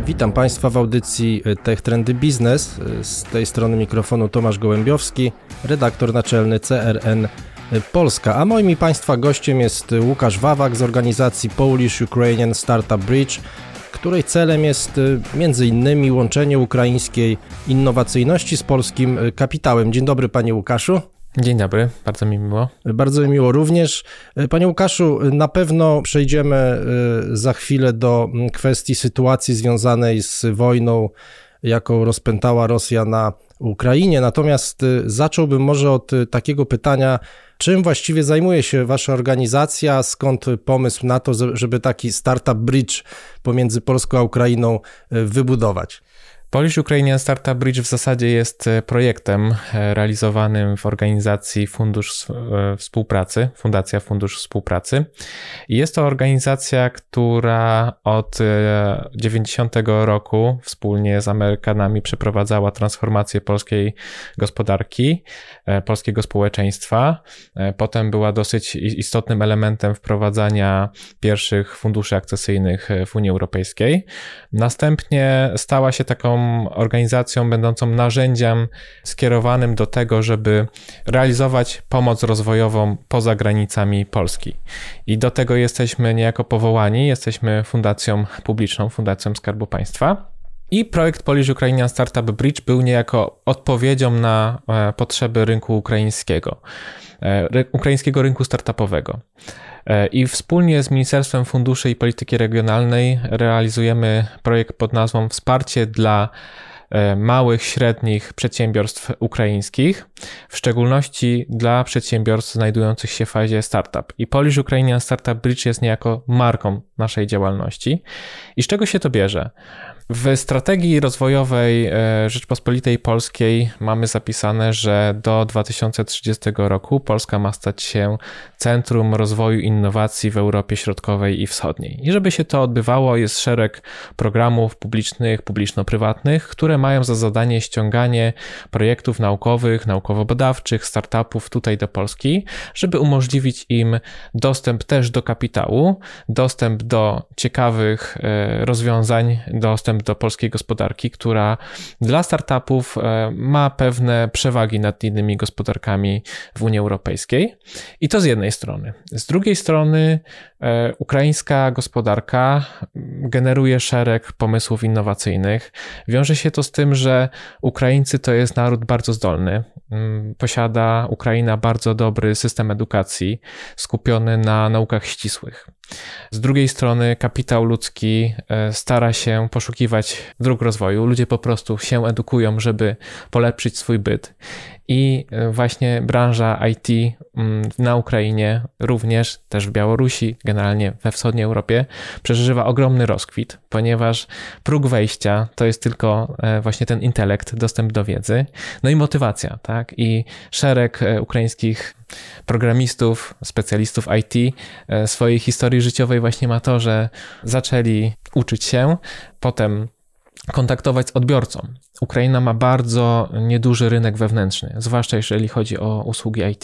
Witam Państwa w audycji Tech Trendy Biznes. Z tej strony mikrofonu Tomasz Gołębiowski, redaktor naczelny CRN Polska. A moim i Państwa gościem jest Łukasz Wawak z organizacji Polish Ukrainian Startup Bridge, której celem jest między innymi łączenie ukraińskiej innowacyjności z polskim kapitałem. Dzień dobry, Panie Łukaszu. Dzień dobry, bardzo mi miło. Bardzo mi miło również. Panie Łukaszu, na pewno przejdziemy za chwilę do kwestii sytuacji związanej z wojną, jaką rozpętała Rosja na Ukrainie. Natomiast zacząłbym może od takiego pytania, czym właściwie zajmuje się Wasza organizacja, skąd pomysł na to, żeby taki startup bridge pomiędzy Polską a Ukrainą wybudować? Polish Ukrainian Startup Bridge w zasadzie jest projektem realizowanym w organizacji Fundusz Współpracy, Fundacja Fundusz Współpracy. Jest to organizacja, która od 90 roku wspólnie z Amerykanami przeprowadzała transformację polskiej gospodarki, polskiego społeczeństwa. Potem była dosyć istotnym elementem wprowadzania pierwszych funduszy akcesyjnych w Unii Europejskiej. Następnie stała się taką organizacją będącą narzędziem skierowanym do tego, żeby realizować pomoc rozwojową poza granicami Polski. I do tego jesteśmy niejako powołani, jesteśmy fundacją publiczną, Fundacją Skarbu Państwa. I projekt Polish Ukrainian Startup Bridge był niejako odpowiedzią na potrzeby rynku ukraińskiego rynku startupowego. I wspólnie z Ministerstwem Funduszy i Polityki Regionalnej realizujemy projekt pod nazwą Wsparcie dla małych, średnich przedsiębiorstw ukraińskich, w szczególności dla przedsiębiorstw znajdujących się w fazie startup. I Polish Ukrainian Startup Bridge jest niejako marką naszej działalności. I z czego się to bierze? W strategii rozwojowej Rzeczpospolitej Polskiej mamy zapisane, że do 2030 roku Polska ma stać się centrum rozwoju innowacji w Europie Środkowej i Wschodniej. I żeby się to odbywało, jest szereg programów publicznych, publiczno-prywatnych, które mają za zadanie ściąganie projektów naukowych, naukowo-badawczych, startupów tutaj do Polski, żeby umożliwić im dostęp też do kapitału, dostęp do ciekawych rozwiązań, dostęp do polskiej gospodarki, która dla startupów ma pewne przewagi nad innymi gospodarkami w Unii Europejskiej. I to z jednej strony. Z drugiej strony ukraińska gospodarka generuje szereg pomysłów innowacyjnych. Wiąże się to z tym, że Ukraińcy to jest naród bardzo zdolny. Posiada Ukraina bardzo dobry system edukacji skupiony na naukach ścisłych. Z drugiej strony kapitał ludzki stara się poszukiwać dróg rozwoju. Ludzie po prostu się edukują, żeby polepszyć swój byt. I właśnie branża IT na Ukrainie, również też w Białorusi, generalnie we wschodniej Europie, przeżywa ogromny rozkwit, ponieważ próg wejścia to jest tylko właśnie ten intelekt, dostęp do wiedzy, no i motywacja, tak? I szereg ukraińskich programistów, specjalistów IT swojej historii życiowej właśnie ma to, że zaczęli uczyć się, potem kontaktować z odbiorcą. Ukraina ma bardzo nieduży rynek wewnętrzny, zwłaszcza jeżeli chodzi o usługi IT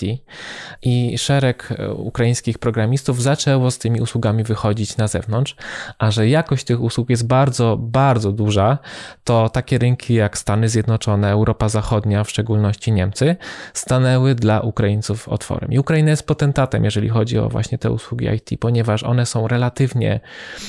i szereg ukraińskich programistów zaczęło z tymi usługami wychodzić na zewnątrz, a że jakość tych usług jest bardzo, bardzo duża, to takie rynki jak Stany Zjednoczone, Europa Zachodnia, w szczególności Niemcy, stanęły dla Ukraińców otworem. I Ukraina jest potentatem, jeżeli chodzi o właśnie te usługi IT, ponieważ one są relatywnie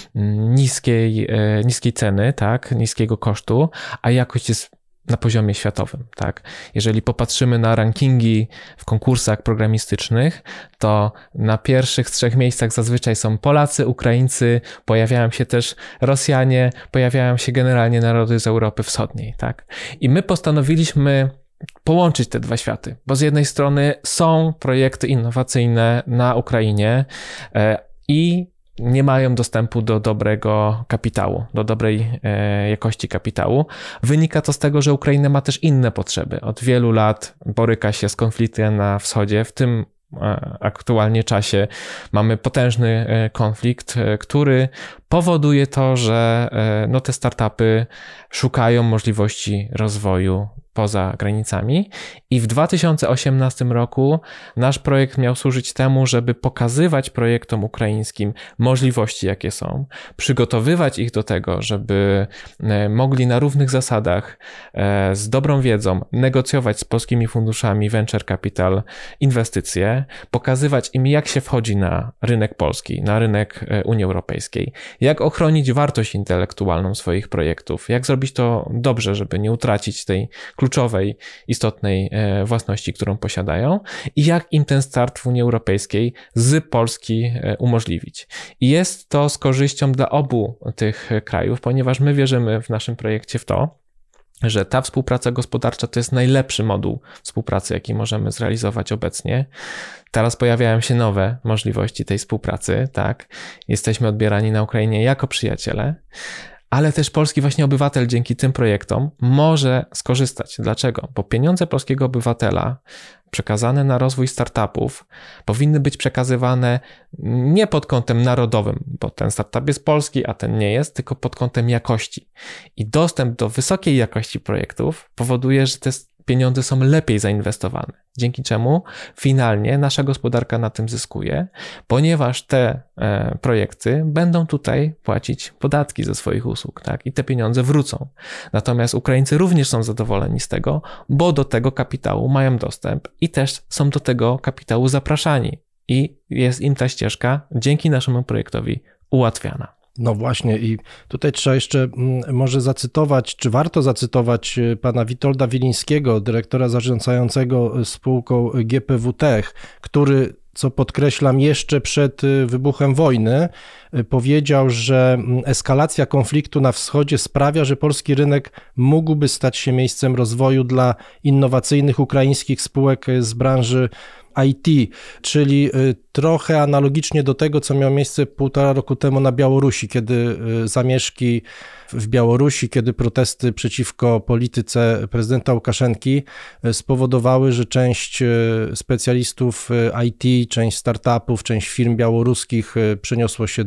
niskiej ceny, tak, niskiego kosztu, a jakość jest na poziomie światowym, tak. Jeżeli popatrzymy na rankingi w konkursach programistycznych, to na pierwszych 3 miejscach zazwyczaj są Polacy, Ukraińcy, pojawiają się też Rosjanie, pojawiają się generalnie narody z Europy Wschodniej, tak. I my postanowiliśmy połączyć te dwa światy, bo z jednej strony są projekty innowacyjne na Ukrainie i nie mają dostępu do dobrego kapitału, do dobrej jakości kapitału. Wynika to z tego, że Ukraina ma też inne potrzeby. Od wielu lat boryka się z konfliktem na wschodzie, w tym aktualnie czasie mamy potężny konflikt, który powoduje to, że te startupy szukają możliwości rozwoju poza granicami. I w 2018 roku nasz projekt miał służyć temu, żeby pokazywać projektom ukraińskim możliwości, jakie są, przygotowywać ich do tego, żeby mogli na równych zasadach, z dobrą wiedzą negocjować z polskimi funduszami venture capital inwestycje, pokazywać im, jak się wchodzi na rynek polski, na rynek Unii Europejskiej, jak ochronić wartość intelektualną swoich projektów, jak zrobić to dobrze, żeby nie utracić tej kluczowej, istotnej własności, którą posiadają i jak im ten start w Unii Europejskiej z Polski umożliwić. I jest to z korzyścią dla obu tych krajów, ponieważ my wierzymy w naszym projekcie w to, że ta współpraca gospodarcza to jest najlepszy moduł współpracy, jaki możemy zrealizować obecnie. Teraz pojawiają się nowe możliwości tej współpracy, tak? Jesteśmy odbierani na Ukrainie jako przyjaciele, ale też polski właśnie obywatel dzięki tym projektom może skorzystać. Dlaczego? Bo pieniądze polskiego obywatela przekazane na rozwój startupów powinny być przekazywane nie pod kątem narodowym, bo ten startup jest polski, a ten nie jest, tylko pod kątem jakości. I dostęp do wysokiej jakości projektów powoduje, że te pieniądze są lepiej zainwestowane, dzięki czemu finalnie nasza gospodarka na tym zyskuje, ponieważ te projekty będą tutaj płacić podatki ze swoich usług, tak? I te pieniądze wrócą. Natomiast Ukraińcy również są zadowoleni z tego, bo do tego kapitału mają dostęp i też są do tego kapitału zapraszani i jest im ta ścieżka dzięki naszemu projektowi ułatwiana. No właśnie i tutaj trzeba jeszcze może zacytować, czy warto zacytować pana Witolda Wilińskiego, dyrektora zarządzającego spółką GPW Tech, który, co podkreślam, jeszcze przed wybuchem wojny powiedział, że eskalacja konfliktu na wschodzie sprawia, że polski rynek mógłby stać się miejscem rozwoju dla innowacyjnych ukraińskich spółek z branży IT, czyli trochę analogicznie do tego, co miało miejsce 1,5 roku temu na Białorusi, kiedy zamieszki w Białorusi, kiedy protesty przeciwko polityce prezydenta Łukaszenki spowodowały, że część specjalistów IT, część startupów, część firm białoruskich przeniosło się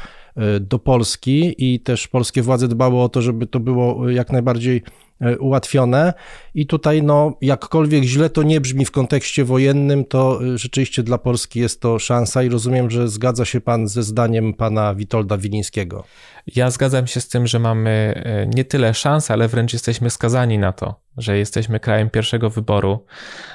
do Polski i też polskie władze dbały o to, żeby to było jak najbardziej ułatwione i tutaj jakkolwiek źle to nie brzmi w kontekście wojennym, to rzeczywiście dla Polski jest to szansa i rozumiem, że zgadza się pan ze zdaniem pana Witolda Wilińskiego. Ja zgadzam się z tym, że mamy nie tyle szans, ale wręcz jesteśmy skazani na to, że jesteśmy krajem pierwszego wyboru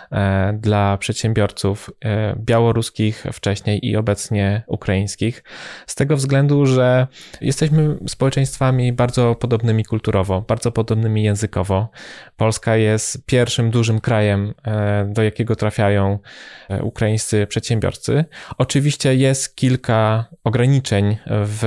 dla przedsiębiorców białoruskich wcześniej i obecnie ukraińskich. Z tego względu, że jesteśmy społeczeństwami bardzo podobnymi kulturowo, bardzo podobnymi językowo. Polska jest pierwszym dużym krajem, do jakiego trafiają ukraińscy przedsiębiorcy. Oczywiście jest kilka ograniczeń w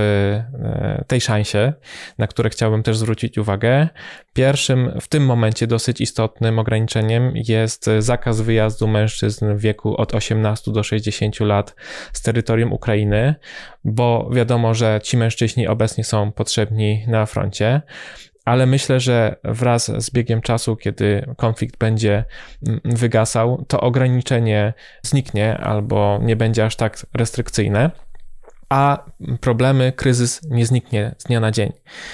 tej szansie, na które chciałbym też zwrócić uwagę. Pierwszym w tym momencie dosyć istotnym ograniczeniem jest zakaz wyjazdu mężczyzn w wieku od 18 do 60 lat z terytorium Ukrainy, bo wiadomo, że ci mężczyźni obecnie są potrzebni na froncie. Ale myślę, że wraz z biegiem czasu, kiedy konflikt będzie wygasał, to ograniczenie zniknie albo nie będzie aż tak restrykcyjne, a kryzys nie zniknie z dnia na dzień.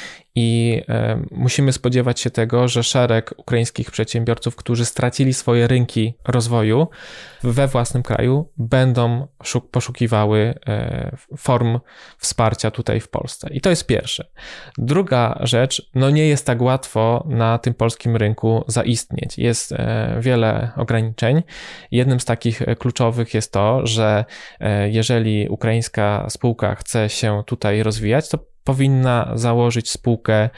I musimy spodziewać się tego, że szereg ukraińskich przedsiębiorców, którzy stracili swoje rynki rozwoju we własnym kraju, będą poszukiwały form wsparcia tutaj w Polsce. I to jest pierwsze. Druga rzecz, nie jest tak łatwo na tym polskim rynku zaistnieć. Jest wiele ograniczeń. Jednym z takich kluczowych jest to, że jeżeli ukraińska spółka chce się tutaj rozwijać, to powinna założyć spółkę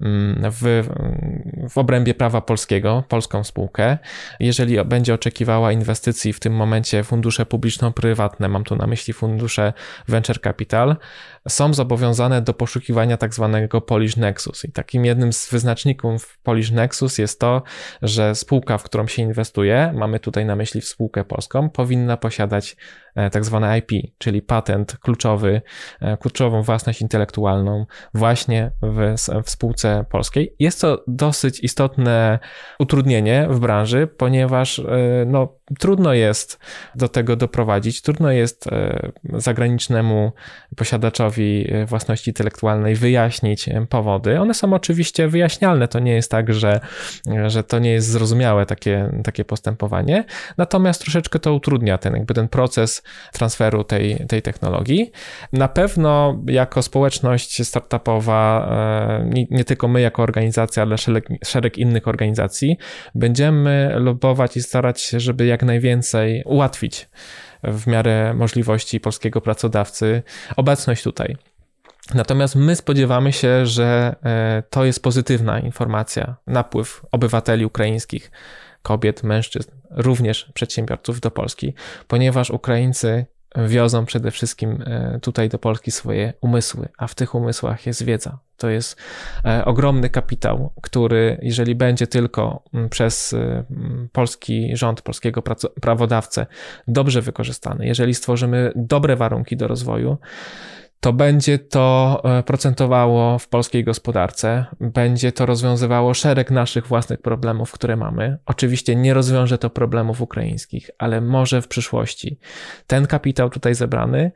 w obrębie prawa polskiego, polską spółkę. Jeżeli będzie oczekiwała inwestycji, w tym momencie fundusze publiczno-prywatne, mam tu na myśli fundusze venture capital, są zobowiązane do poszukiwania tak zwanego Polish Nexus. I takim jednym z wyznaczników Polish Nexus jest to, że spółka, w którą się inwestuje, mamy tutaj na myśli spółkę polską, powinna posiadać tak zwane IP, czyli patent kluczową własność intelektualną intelektualną właśnie w spółce polskiej. Jest to dosyć istotne utrudnienie w branży, ponieważ trudno jest do tego doprowadzić, trudno jest zagranicznemu posiadaczowi własności intelektualnej wyjaśnić powody. One są oczywiście wyjaśnialne, to nie jest tak, że to nie jest zrozumiałe takie postępowanie, natomiast troszeczkę to utrudnia ten proces transferu tej technologii. Na pewno jako społeczność startupowa, nie tylko my jako organizacja, ale szereg innych organizacji, będziemy lobbować i starać się, żeby jak najwięcej ułatwić w miarę możliwości polskiego pracodawcy obecność tutaj. Natomiast my spodziewamy się, że to jest pozytywna informacja, napływ obywateli ukraińskich, kobiet, mężczyzn, również przedsiębiorców do Polski, ponieważ Ukraińcy wiozą przede wszystkim tutaj do Polski swoje umysły, a w tych umysłach jest wiedza. To jest ogromny kapitał, który jeżeli będzie tylko przez polski rząd, polskiego prawodawcę dobrze wykorzystany, jeżeli stworzymy dobre warunki do rozwoju, to będzie to procentowało w polskiej gospodarce, będzie to rozwiązywało szereg naszych własnych problemów, które mamy. Oczywiście nie rozwiąże to problemów ukraińskich, ale może w przyszłości ten kapitał tutaj zebrany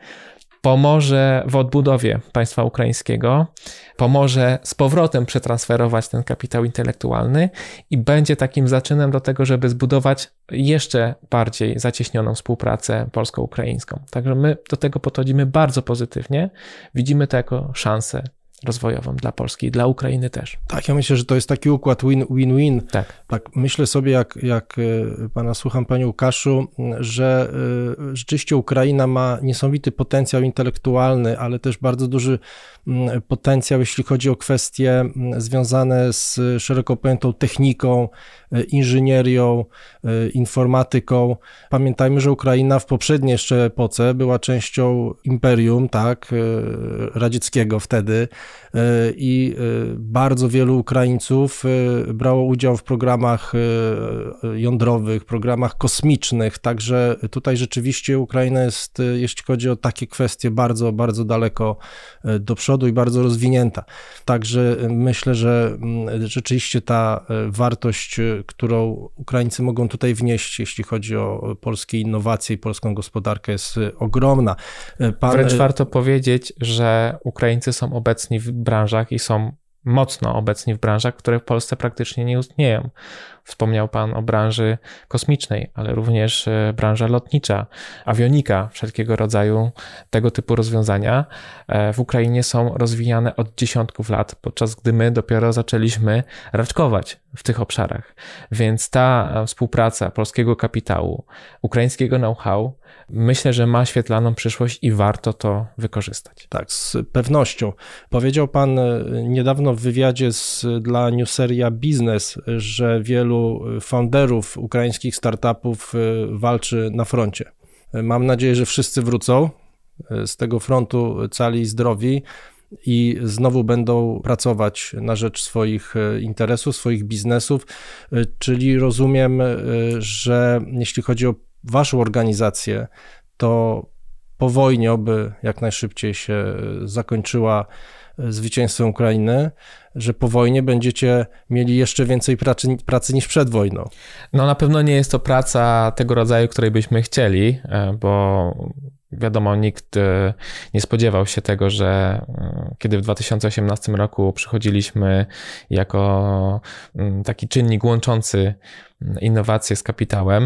pomoże w odbudowie państwa ukraińskiego, pomoże z powrotem przetransferować ten kapitał intelektualny i będzie takim zaczynem do tego, żeby zbudować jeszcze bardziej zacieśnioną współpracę polsko-ukraińską. Także my do tego podchodzimy bardzo pozytywnie, widzimy to jako szansę rozwojową dla Polski i dla Ukrainy też. Tak, ja myślę, że to jest taki układ win-win. Tak myślę sobie, jak pana słucham, panie Łukaszu, że rzeczywiście Ukraina ma niesamowity potencjał intelektualny, ale też bardzo duży potencjał, jeśli chodzi o kwestie związane z szeroko pojętą techniką, inżynierią, informatyką. Pamiętajmy, że Ukraina w poprzedniej jeszcze epoce była częścią imperium, tak, radzieckiego wtedy i bardzo wielu Ukraińców brało udział w programach jądrowych, programach kosmicznych, także tutaj rzeczywiście Ukraina jest, jeśli chodzi o takie kwestie, bardzo, bardzo daleko do przodu i bardzo rozwinięta. Także myślę, że rzeczywiście ta wartość, którą Ukraińcy mogą tutaj wnieść, jeśli chodzi o polskie innowacje i polską gospodarkę, jest ogromna. Wręcz warto powiedzieć, że Ukraińcy są obecni w branżach i są mocno obecni w branżach, które w Polsce praktycznie nie istnieją. Wspomniał pan o branży kosmicznej, ale również branża lotnicza, awionika, wszelkiego rodzaju tego typu rozwiązania w Ukrainie są rozwijane od dziesiątków lat, podczas gdy my dopiero zaczęliśmy raczkować w tych obszarach. Więc ta współpraca polskiego kapitału, ukraińskiego know-how, myślę, że ma świetlaną przyszłość i warto to wykorzystać. Tak, z pewnością. Powiedział pan niedawno w wywiadzie dla Newseria Biznes, że wielu founderów ukraińskich startupów walczy na froncie. Mam nadzieję, że wszyscy wrócą z tego frontu cali i zdrowi i znowu będą pracować na rzecz swoich interesów, swoich biznesów, czyli rozumiem, że jeśli chodzi o waszą organizację, to po wojnie oby jak najszybciej się zakończyła zwycięstwem Ukrainy, że po wojnie będziecie mieli jeszcze więcej pracy niż przed wojną. No na pewno nie jest to praca tego rodzaju, której byśmy chcieli, bo wiadomo, nikt nie spodziewał się tego, że kiedy w 2018 roku przychodziliśmy jako taki czynnik łączący innowacje z kapitałem,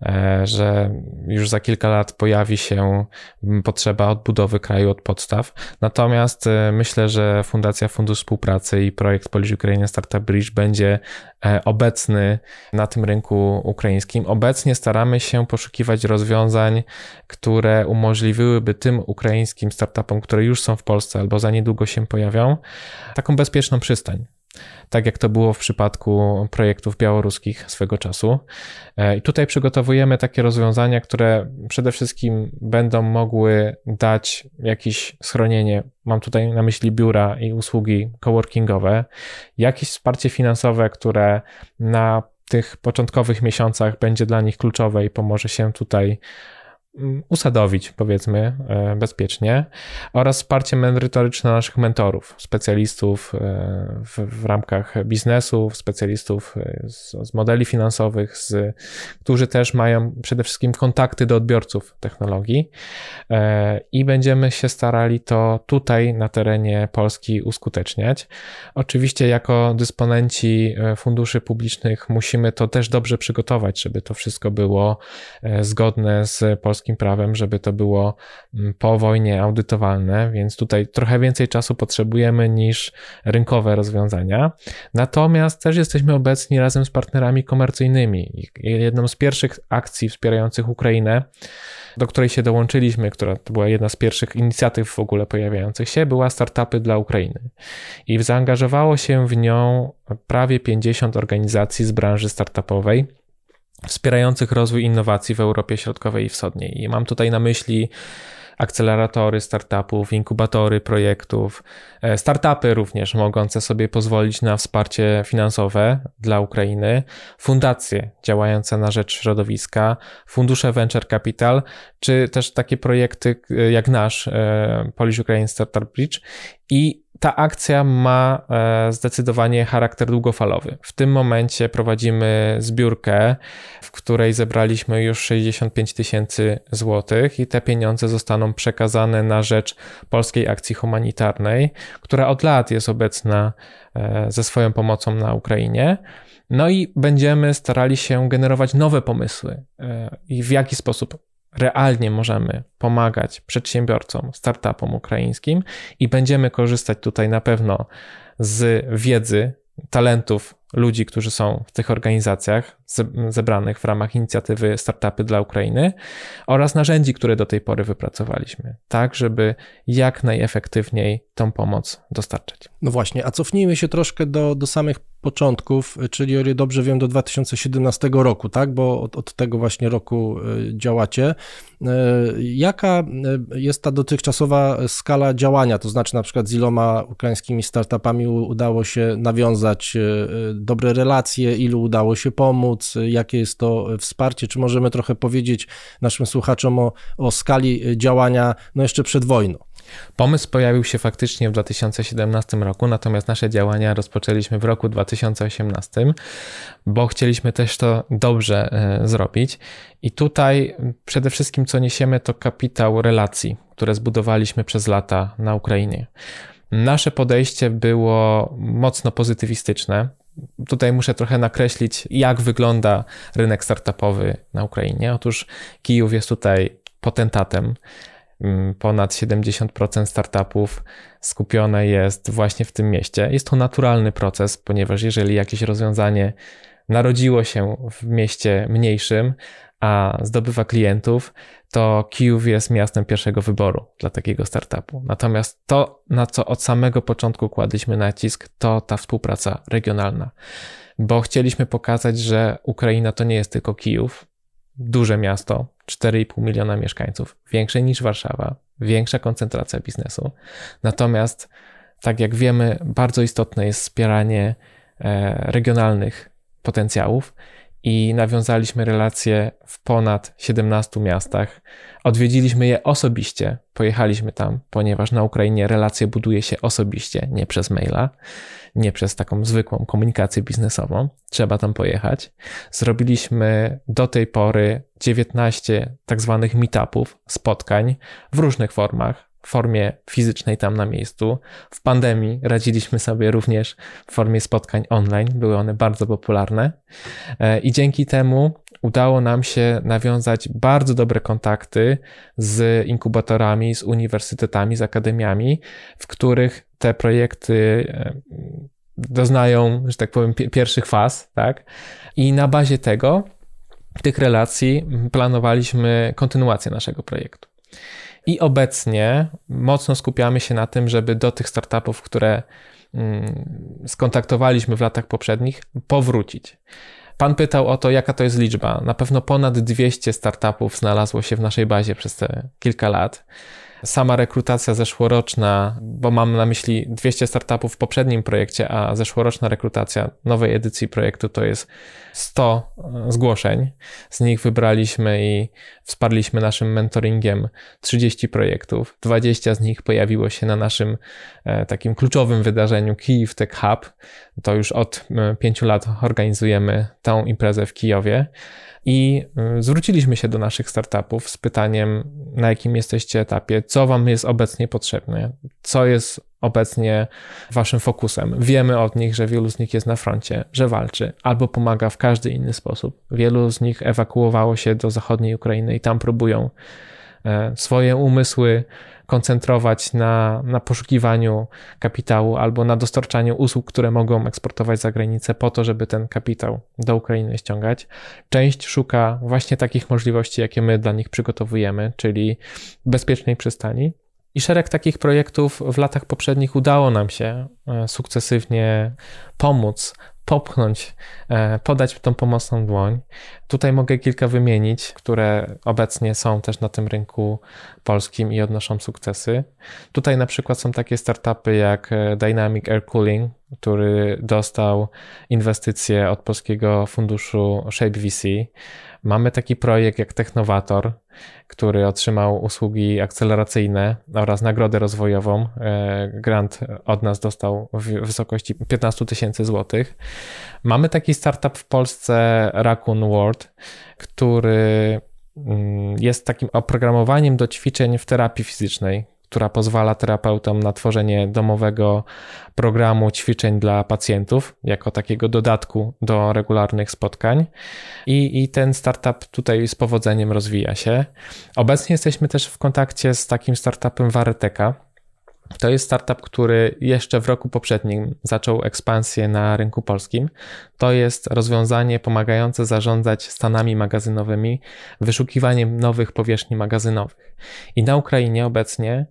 że już za kilka lat pojawi się potrzeba odbudowy kraju od podstaw. Natomiast myślę, że Fundacja Fundusz Współpracy i projekt Polish Ukrainian Startup Bridge będzie obecny na tym rynku ukraińskim. Obecnie staramy się poszukiwać rozwiązań, które umożliwiłyby tym ukraińskim startupom, które już są w Polsce albo za niedługo się pojawią, taką bezpieczną przystań. Tak jak to było w przypadku projektów białoruskich swego czasu. I tutaj przygotowujemy takie rozwiązania, które przede wszystkim będą mogły dać jakieś schronienie, mam tutaj na myśli biura i usługi coworkingowe, jakieś wsparcie finansowe, które na tych początkowych miesiącach będzie dla nich kluczowe i pomoże się tutaj usadowić, powiedzmy, bezpiecznie, oraz wsparcie merytoryczne naszych mentorów, specjalistów w ramkach biznesu, specjalistów z modeli finansowych, którzy też mają przede wszystkim kontakty do odbiorców technologii i będziemy się starali to tutaj na terenie Polski uskuteczniać. Oczywiście jako dysponenci funduszy publicznych musimy to też dobrze przygotować, żeby to wszystko było zgodne z polskim prawem, żeby to było po wojnie audytowalne, więc tutaj trochę więcej czasu potrzebujemy niż rynkowe rozwiązania. Natomiast też jesteśmy obecni razem z partnerami komercyjnymi. Jedną z pierwszych akcji wspierających Ukrainę, do której się dołączyliśmy, która to była jedna z pierwszych inicjatyw w ogóle pojawiających się, była Startupy dla Ukrainy. I zaangażowało się w nią prawie 50 organizacji z branży startupowej, wspierających rozwój innowacji w Europie Środkowej i Wschodniej. I mam tutaj na myśli akceleratory startupów, inkubatory projektów, startupy również mogące sobie pozwolić na wsparcie finansowe dla Ukrainy, fundacje działające na rzecz środowiska, fundusze venture capital, czy też takie projekty jak nasz Polish Ukraine Startup Bridge. I ta akcja ma zdecydowanie charakter długofalowy. W tym momencie prowadzimy zbiórkę, w której zebraliśmy już 65 000 złotych i te pieniądze zostaną przekazane na rzecz Polskiej Akcji Humanitarnej, która od lat jest obecna ze swoją pomocą na Ukrainie. No i będziemy starali się generować nowe pomysły i w jaki sposób realnie możemy pomagać przedsiębiorcom, startupom ukraińskim i będziemy korzystać tutaj na pewno z wiedzy, talentów ludzi, którzy są w tych organizacjach zebranych w ramach inicjatywy Startupy dla Ukrainy oraz narzędzi, które do tej pory wypracowaliśmy, tak żeby jak najefektywniej tą pomoc dostarczać. No właśnie, a cofnijmy się troszkę do samych początków, czyli o ile dobrze wiem do 2017 roku, tak? Bo od tego właśnie roku działacie. Jaka jest ta dotychczasowa skala działania? To znaczy na przykład z iloma ukraińskimi startupami udało się nawiązać dobre relacje, ilu udało się pomóc, jakie jest to wsparcie? Czy możemy trochę powiedzieć naszym słuchaczom o skali działania no jeszcze przed wojną? Pomysł pojawił się faktycznie w 2017 roku, natomiast nasze działania rozpoczęliśmy w roku 2018, bo chcieliśmy też to dobrze zrobić. I tutaj przede wszystkim co niesiemy to kapitał relacji, które zbudowaliśmy przez lata na Ukrainie. Nasze podejście było mocno pozytywistyczne. Tutaj muszę trochę nakreślić, jak wygląda rynek startupowy na Ukrainie. Otóż Kijów jest tutaj potentatem. Ponad 70% startupów skupione jest właśnie w tym mieście. Jest to naturalny proces, ponieważ jeżeli jakieś rozwiązanie narodziło się w mieście mniejszym, a zdobywa klientów, to Kijów jest miastem pierwszego wyboru dla takiego startupu. Natomiast to, na co od samego początku kładliśmy nacisk, to ta współpraca regionalna, bo chcieliśmy pokazać, że Ukraina to nie jest tylko Kijów, duże miasto, 4,5 miliona mieszkańców, większe niż Warszawa, większa koncentracja biznesu. Natomiast, tak jak wiemy, bardzo istotne jest wspieranie regionalnych potencjałów i nawiązaliśmy relacje w ponad 17 miastach. Odwiedziliśmy je osobiście, pojechaliśmy tam, ponieważ na Ukrainie relacje buduje się osobiście, nie przez maila, nie przez taką zwykłą komunikację biznesową. Trzeba tam pojechać. Zrobiliśmy do tej pory 19 tak zwanych meetupów, spotkań w różnych formach, w formie fizycznej tam na miejscu. W pandemii radziliśmy sobie również w formie spotkań online. Były one bardzo popularne i dzięki temu udało nam się nawiązać bardzo dobre kontakty z inkubatorami, z uniwersytetami, z akademiami, w których te projekty doznają, że tak powiem, pierwszych faz, tak? I na bazie tych relacji planowaliśmy kontynuację naszego projektu. I obecnie mocno skupiamy się na tym, żeby do tych startupów, które skontaktowaliśmy w latach poprzednich, powrócić. Pan pytał o to, jaka to jest liczba. Na pewno ponad 200 startupów znalazło się w naszej bazie przez te kilka lat. Sama rekrutacja zeszłoroczna, bo mam na myśli 200 startupów w poprzednim projekcie, a zeszłoroczna rekrutacja nowej edycji projektu to jest 100 zgłoszeń. Z nich wybraliśmy i wsparliśmy naszym mentoringiem 30 projektów. 20 z nich pojawiło się na naszym takim kluczowym wydarzeniu Kijów Tech Hub. To już od 5 lat organizujemy tą imprezę w Kijowie. I zwróciliśmy się do naszych startupów z pytaniem, na jakim jesteście etapie, co wam jest obecnie potrzebne, co jest obecnie waszym fokusem. Wiemy od nich, że wielu z nich jest na froncie, że walczy albo pomaga w każdy inny sposób. Wielu z nich ewakuowało się do zachodniej Ukrainy i tam próbują swoje umysły koncentrować na poszukiwaniu kapitału albo na dostarczaniu usług, które mogą eksportować za granicę po to, żeby ten kapitał do Ukrainy ściągać. Część szuka właśnie takich możliwości, jakie my dla nich przygotowujemy, czyli bezpiecznej przystani. I szereg takich projektów w latach poprzednich udało nam się sukcesywnie pomóc, popchnąć, podać tą pomocną dłoń. Tutaj mogę kilka wymienić, które obecnie są też na tym rynku polskim i odnoszą sukcesy. Tutaj na przykład są takie startupy jak Dynamic Air Cooling, który dostał inwestycje od polskiego funduszu Shape VC. Mamy taki projekt jak Technovator, który otrzymał usługi akceleracyjne oraz nagrodę rozwojową. Grant od nas dostał w wysokości 15 000 złotych. Mamy taki startup w Polsce, Raccoon World, który jest takim oprogramowaniem do ćwiczeń w terapii fizycznej, która pozwala terapeutom na tworzenie domowego programu ćwiczeń dla pacjentów, jako takiego dodatku do regularnych spotkań. I ten startup tutaj z powodzeniem rozwija się. Obecnie jesteśmy też w kontakcie z takim startupem Wareteka. To jest startup, który jeszcze w roku poprzednim zaczął ekspansję na rynku polskim. To jest rozwiązanie pomagające zarządzać stanami magazynowymi, wyszukiwaniem nowych powierzchni magazynowych. I na Ukrainie obecnie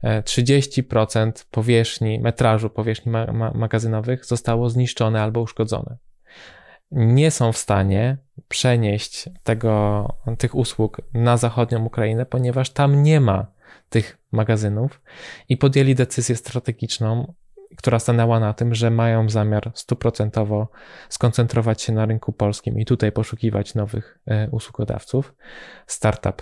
30% metrażu powierzchni magazynowych zostało zniszczone albo uszkodzone. Nie są w stanie przenieść tych usług na zachodnią Ukrainę, ponieważ tam nie ma tych magazynów i podjęli decyzję strategiczną, która stanęła na tym, że mają zamiar 100% skoncentrować się na rynku polskim i tutaj poszukiwać nowych usługodawców. Startup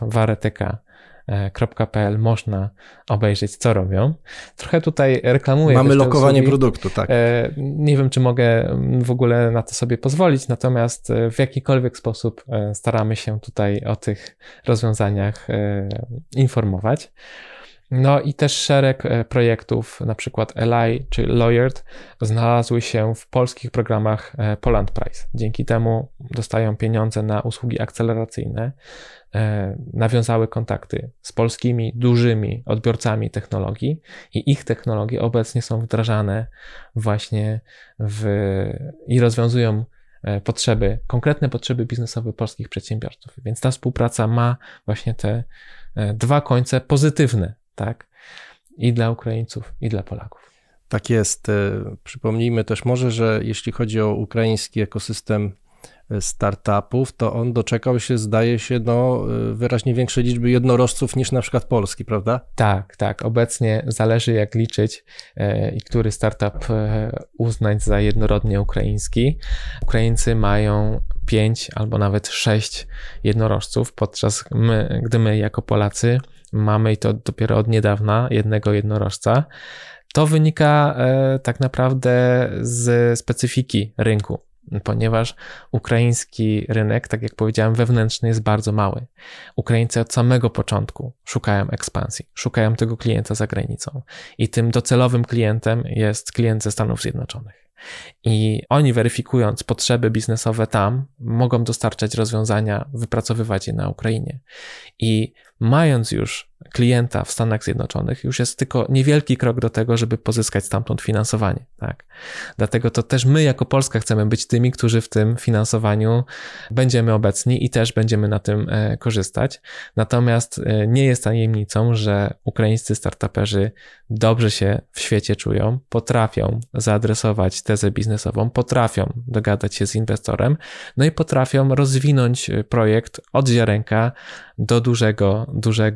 wareteka.pl można obejrzeć, co robią. Trochę tutaj reklamuję. Mamy lokowanie produktu, tak. Nie wiem, czy mogę w ogóle na to sobie pozwolić, natomiast w jakikolwiek sposób staramy się tutaj o tych rozwiązaniach informować. No i też szereg projektów, na przykład Eli czy Lawyered, znalazły się w polskich programach Poland Prize. Dzięki temu dostają pieniądze na usługi akceleracyjne, nawiązały kontakty z polskimi dużymi odbiorcami technologii i ich technologie obecnie są wdrażane właśnie i rozwiązują konkretne potrzeby biznesowe polskich przedsiębiorców. Więc ta współpraca ma właśnie te dwa końce pozytywne, tak? I dla Ukraińców, i dla Polaków. Tak jest. Przypomnijmy też może, że jeśli chodzi o ukraiński ekosystem startupów, to on doczekał się, zdaje się, wyraźnie większej liczby jednorożców niż na przykład polski, prawda? Tak. Obecnie zależy jak liczyć i który startup uznać za jednorodnie ukraiński. Ukraińcy mają 5 albo nawet 6 jednorożców, podczas gdy my jako Polacy mamy, i to dopiero od niedawna, jednego jednorożca. To wynika tak naprawdę z specyfiki rynku, ponieważ ukraiński rynek, tak jak powiedziałem, wewnętrzny jest bardzo mały. Ukraińcy od samego początku szukają ekspansji, szukają tego klienta za granicą i tym docelowym klientem jest klient ze Stanów Zjednoczonych. I oni, weryfikując potrzeby biznesowe tam, mogą dostarczać rozwiązania, wypracowywać je na Ukrainie. I mając już klienta w Stanach Zjednoczonych, już jest tylko niewielki krok do tego, żeby pozyskać stamtąd finansowanie. Tak? Dlatego to też my jako Polska chcemy być tymi, którzy w tym finansowaniu będziemy obecni i też będziemy na tym korzystać. Natomiast nie jest tajemnicą, że ukraińscy startuperzy dobrze się w świecie czują, potrafią zaadresować tezę biznesową, potrafią dogadać się z inwestorem, no i potrafią rozwinąć projekt od ziarenka do dużego przedsięwzięcia.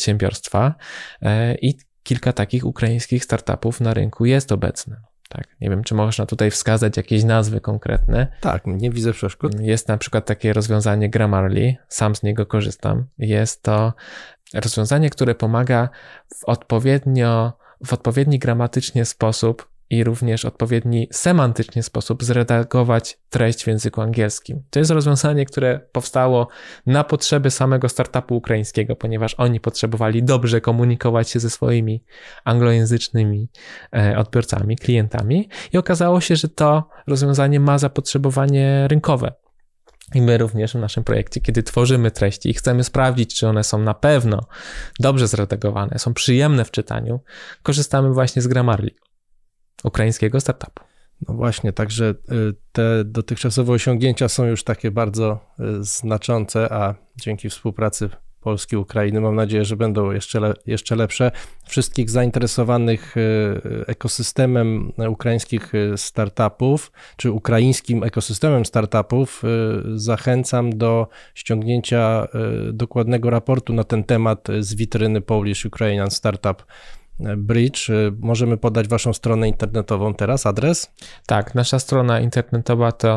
przedsiębiorstwa i kilka takich ukraińskich startupów na rynku jest obecne. Tak, nie wiem, czy można tutaj wskazać jakieś nazwy konkretne. Tak, nie widzę przeszkód. Jest na przykład takie rozwiązanie Grammarly, sam z niego korzystam. Jest to rozwiązanie, które pomaga w odpowiedni gramatycznie sposób i również odpowiedni semantycznie sposób zredagować treść w języku angielskim. To jest rozwiązanie, które powstało na potrzeby samego startupu ukraińskiego, ponieważ oni potrzebowali dobrze komunikować się ze swoimi anglojęzycznymi odbiorcami, klientami i okazało się, że to rozwiązanie ma zapotrzebowanie rynkowe. I my również w naszym projekcie, kiedy tworzymy treści i chcemy sprawdzić, czy one są na pewno dobrze zredagowane, są przyjemne w czytaniu, korzystamy właśnie z Grammarly, ukraińskiego startupu. No właśnie, także te dotychczasowe osiągnięcia są już takie bardzo znaczące, a dzięki współpracy Polski i Ukrainy mam nadzieję, że będą jeszcze lepsze. Wszystkich zainteresowanych ekosystemem ukraińskich startupów, czy ukraińskim ekosystemem startupów zachęcam do ściągnięcia dokładnego raportu na ten temat z witryny Polish Ukrainian Startup Bridge. Możemy podać waszą stronę internetową teraz, adres? Tak, nasza strona internetowa to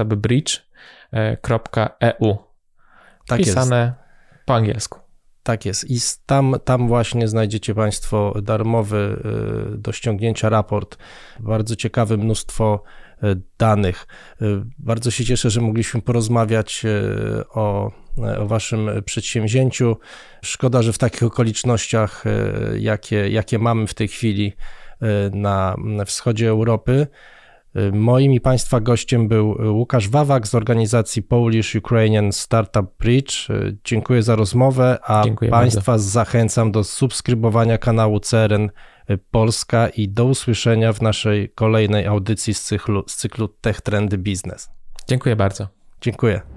startupbridge.eu. Tak pisane jest. Po angielsku. Tak jest i tam właśnie znajdziecie państwo darmowy do ściągnięcia raport. Bardzo ciekawe mnóstwo danych. Bardzo się cieszę, że mogliśmy porozmawiać o waszym przedsięwzięciu. Szkoda, że w takich okolicznościach, jakie mamy w tej chwili na wschodzie Europy. Moim i państwa gościem był Łukasz Wawak z organizacji Polish Ukrainian Startup Bridge. Dziękuję za rozmowę, a Dziękuję państwa bardzo. Zachęcam do subskrybowania kanału CRN Polska i do usłyszenia w naszej kolejnej audycji z cyklu Tech Trendy Biznes. Dziękuję bardzo. Dziękuję.